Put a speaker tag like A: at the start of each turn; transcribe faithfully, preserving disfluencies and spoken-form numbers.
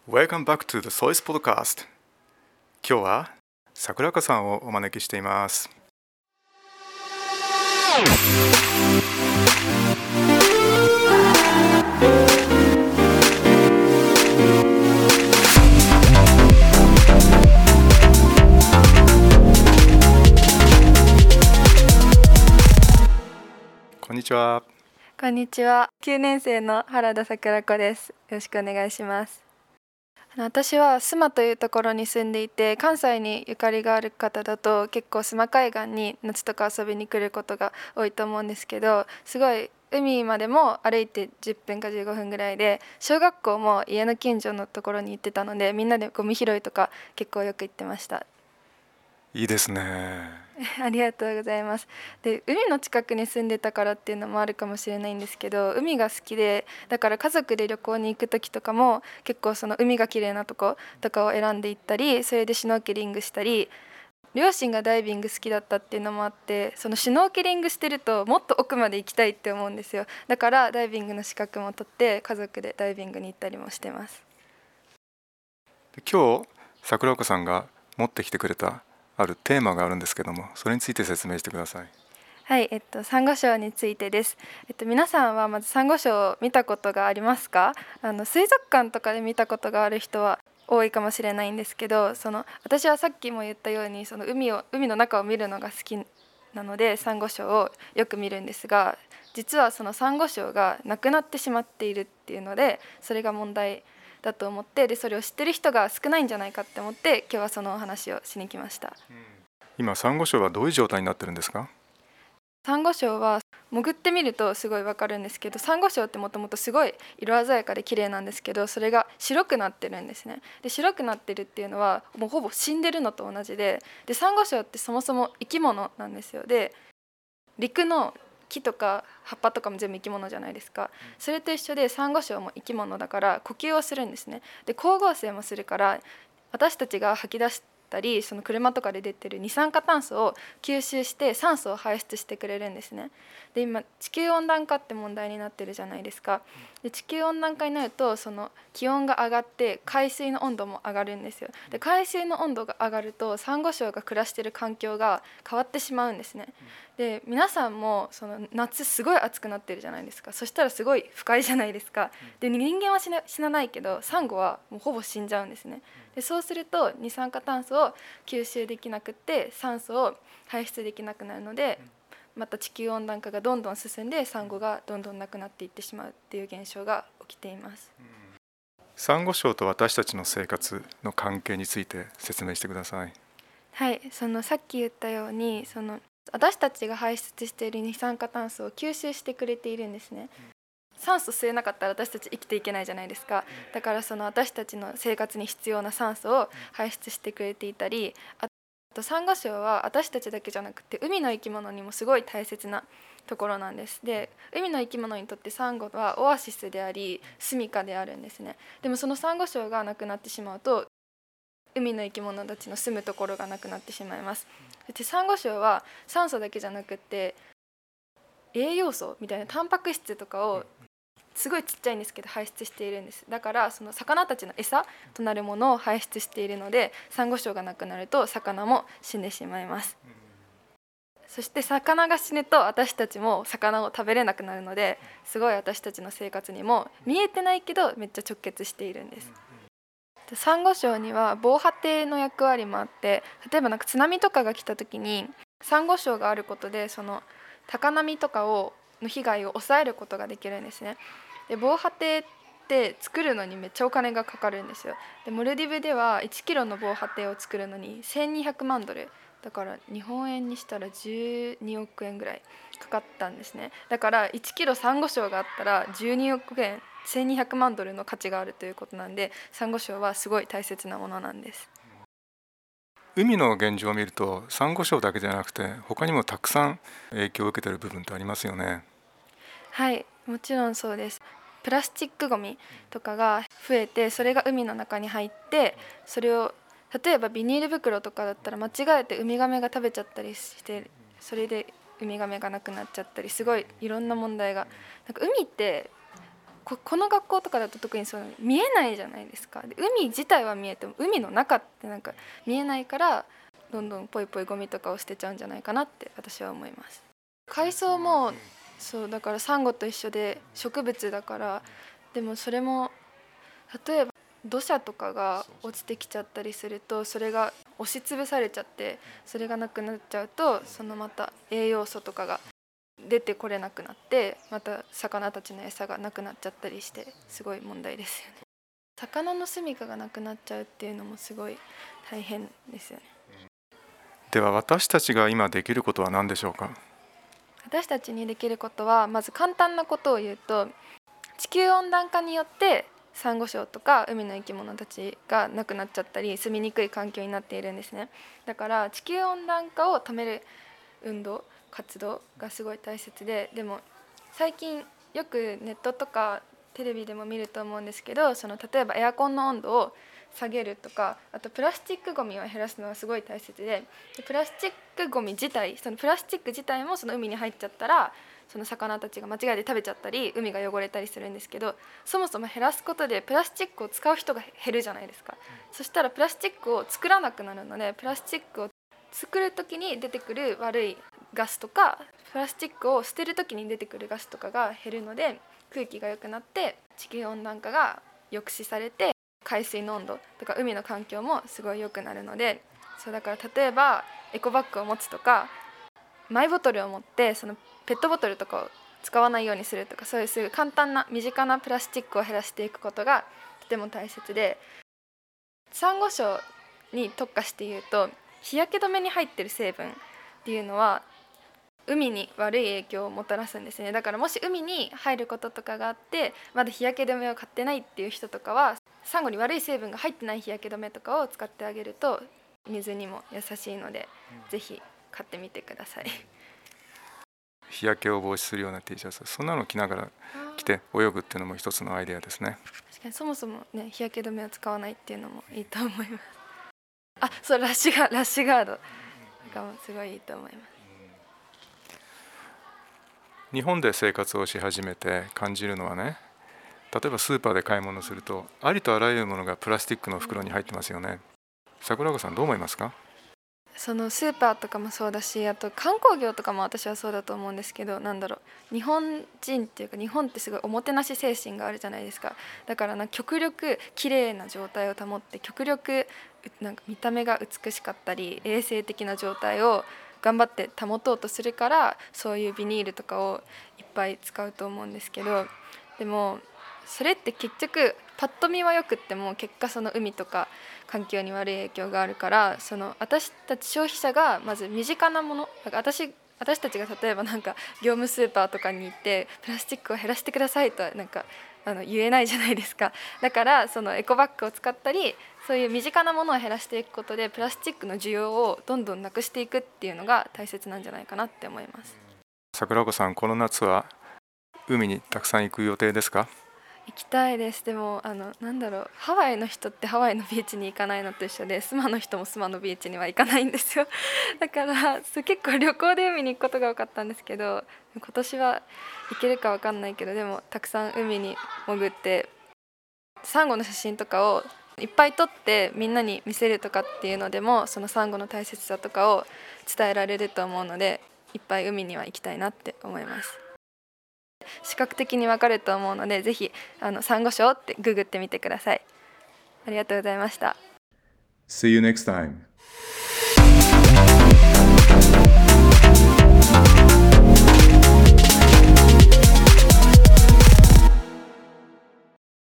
A: Welcome back to the Sois Podcast。 今日は桜子さんをお招きしています。こんにちは。
B: こんにちは。きゅうねん生の原田桜子です。よろしくお願いします。あの私は須磨というところに住んでいて、関西にゆかりがある方だと結構須磨海岸に夏とか遊びに来ることが多いと思うんですけど、すごい海までも歩いてじゅっぷんかじゅうごふんぐらいで、小学校も家の近所のところに行ってたので、みんなでゴミ拾いとか結構よく行ってました。
A: いいですね。
B: ありがとうございます。で、海の近くに住んでたからっていうのもあるかもしれないんですけど、海が好きで、だから家族で旅行に行く時とかも結構その海が綺麗なとことかを選んで行ったり、それでシュノーケリングしたり、両親がダイビング好きだったっていうのもあって、そのシュノーケリングしてるともっと奥まで行きたいって思うんですよ。だからダイビングの資格も取って家族でダイビングに行ったりもしてます。
A: 今日桜子さんが持ってきてくれたあるテーマがあるんですけども、それについて説明してください。
B: はい、えっと、サンゴ礁についてです。えっと、皆さんはまずサンゴ礁を見たことがありますか？あの水族館とかで見たことがある人は多いかもしれないんですけど、その私はさっきも言ったようにその海を海の中を見るのが好きなのでサンゴ礁をよく見るんですが、実はそのサンゴ礁がなくなってしまっているっていうので、それが問題だと思って、でそれを知ってる人が少ないんじゃないかって思って、今日はそのお話をしに来ました。
A: 今サンゴ礁はどういう状態になってるんですか？
B: サンゴ礁は潜ってみるとすごいわかるんですけど、サンゴ礁ってもともとすごい色鮮やかで綺麗なんですけど、それが白くなってるんですね。で白くなってるっていうのはもうほぼ死んでるのと同じで、でサンゴ礁ってそもそも生き物なんですよ。で陸の木とか葉っぱとかも全部生き物じゃないですか。それと一緒でサンゴ礁も生き物だから呼吸をするんですね。で光合成もするから、私たちが吐き出したりその車とかで出てる二酸化炭素を吸収して酸素を排出してくれるんですね。で今地球温暖化って問題になってるじゃないですか。で地球温暖化になるとその気温が上がって海水の温度も上がるんですよ。で海水の温度が上がるとサンゴ礁が暮らしてる環境が変わってしまうんですね。で皆さんもその夏すごい暑くなってるじゃないですか。そしたらすごい不快じゃないですか。で人間は死な、死なないけどサンゴはもうほぼ死んじゃうんですね。でそうすると二酸化炭素を吸収できなくって酸素を排出できなくなるので、また地球温暖化がどんどん進んでサンゴがどんどんなくなっていってしまうっていう現象が起きています。
A: サンゴ礁と私たちの生活の関係について説明してください。
B: はい、そのさっき言ったようにその私たちが排出している二酸化炭素を吸収してくれているんですね。酸素吸えなかったら私たち生きていけないじゃないですか。だからその私たちの生活に必要な酸素を排出してくれていたり、あとサンゴ礁は私たちだけじゃなくて海の生き物にもすごい大切なところなんです。で海の生き物にとってサンゴはオアシスであり住処であるんですね。でもそのサンゴ礁がなくなってしまうと海の生き物たちの住むところがなくなってしまいます。でサンゴ礁は酸素だけじゃなくって栄養素みたいなタンパク質とかをすごいちっちゃいんですけど排出しているんです。だからその魚たちの餌となるものを排出しているので、サンゴ礁がなくなると魚も死んでしまいます。そして魚が死ぬと私たちも魚を食べれなくなるので、すごい私たちの生活にも見えてないけどめっちゃ直結しているんです。サンゴ礁には防波堤の役割もあって、例えばなんか津波とかが来た時にサンゴ礁があることでその高波とかをの被害を抑えることができるんですね。で防波堤って作るのにめっちゃお金がかかるんですよ。でモルディブではいちキロの防波堤を作るのにせんにひゃくまんドルだから日本円にしたらじゅうにおくえんぐらいかかったんですね。だからいちキロサンゴ礁があったらじゅうにおくえんせんにひゃくまんドルの価値があるということなんで、サンゴ礁はすごい大切なものなんです。
A: 海の現状を見るとサンゴ礁だけじゃなくて他にもたくさん影響を受けている部分ってありますよね。
B: はい、もちろんそうです。プラスチックごみとかが増えて、それが海の中に入って、それを例えばビニール袋とかだったら間違えてウミガメが食べちゃったりして、それでウミガメがなくなっちゃったり、すごいいろんな問題が。なんか海ってこ, この学校とかだと特にその見えないじゃないですか。で海自体は見えても海の中ってなんか見えないから、どんどんポイポイゴミとかを捨てちゃうんじゃないかなって私は思います。海藻もそうだからサンゴと一緒で植物だから、でもそれも例えば土砂とかが落ちてきちゃったりすると、それが押しつぶされちゃって、それがなくなっちゃうと、そのまた栄養素とかが出てこれなくなって、また魚たちの餌がなくなっちゃったりして、すごい問題ですよね。魚の住処がなくなっちゃうっていうのもすごい大変ですよね。
A: では私たちが今できることは何でしょうか。
B: 私たちにできることは、まず簡単なことを言うと、地球温暖化によってサンゴ礁とか海の生き物たちがなくなっちゃったり、住みにくい環境になっているんですね。だから地球温暖化を止める運動活動がすごい大切で、でも最近よくネットとかテレビでも見ると思うんですけど、その例えばエアコンの温度を下げるとか、あとプラスチックごみを減らすのはすごい大切で、でプラスチックごみ自体、そのプラスチック自体もその海に入っちゃったら、その魚たちが間違えて食べちゃったり、海が汚れたりするんですけど、そもそも減らすことでプラスチックを使う人が減るじゃないですか。そしたらプラスチックを作らなくなるので、プラスチックを作る時に出てくる悪いガスとか、プラスチックを捨てる時に出てくるガスとかが減るので、空気が良くなって地球温暖化が抑止されて、海水の温度とか海の環境もすごい良くなるので、そうだから例えばエコバッグを持つとか、マイボトルを持ってそのペットボトルとかを使わないようにするとか、そういうすぐ簡単な身近なプラスチックを減らしていくことがとても大切で、サンゴ礁に特化して言うと、日焼け止めに入ってる成分っていうのは海に悪い影響をもたらすんですね。だからもし海に入ることとかがあって、まだ日焼け止めを買ってないっていう人とかは、サンゴに悪い成分が入ってない日焼け止めとかを使ってあげると水にも優しいので、うん、ぜひ買ってみてください。
A: 日焼けを防止するような T シャツ、そんなの着ながら着て泳ぐっていうのも一つのアイデアですね。
B: 確かにそもそもね、日焼け止めを使わないっていうのもいいと思います。あ、そう、ラッシュガード、ラッシュガードがもすごいいいと思います。
A: 日本で生活をし始めて感じるのはね、例えばスーパーで買い物すると、ありとあらゆるものがプラスチックの袋に入ってますよね。桜子さんどう思いますか。
B: そのスーパーとかもそうだし、あと観光業とかも私はそうだと思うんですけど、なんだろう、日本人っていうか、日本ってすごいおもてなし精神があるじゃないですか。だからな、極力綺麗な状態を保って、極力なんか見た目が美しかったり衛生的な状態を頑張って保とうとするから、そういうビニールとかをいっぱい使うと思うんですけど、でもそれって結局パッと見はよくっても、結果その海とか環境に悪い影響があるから、その私たち消費者がまず身近なもの、なんか私私たちが例えばなんか業務スーパーとかに行ってプラスチックを減らしてくださいとはなんかあの言えないじゃないですか。だからそのエコバッグを使ったり、そういう身近なものを減らしていくことで、プラスチックの需要をどんどんなくしていくっていうのが大切なんじゃないかなって思います。
A: 桜子さん、この夏は海にたくさん行く予定ですか。
B: 行きたいです。でもあのなんだろう、ハワイの人ってハワイのビーチに行かないのと一緒で、スマの人もスマのビーチには行かないんですよ。だからそう結構旅行で海に行くことが多かったんですけど、今年は行けるか分かんないけど、でもたくさん海に潜ってサンゴの写真とかをいっぱい撮ってみんなに見せるとかっていうのでも、そのサンゴの大切さとかを伝えられると思うので、いっぱい海には行きたいなって思います。視覚的にわかると思うので、ぜひあのサンゴ礁ってググってみてください。ありがとうございました。
A: See you next time.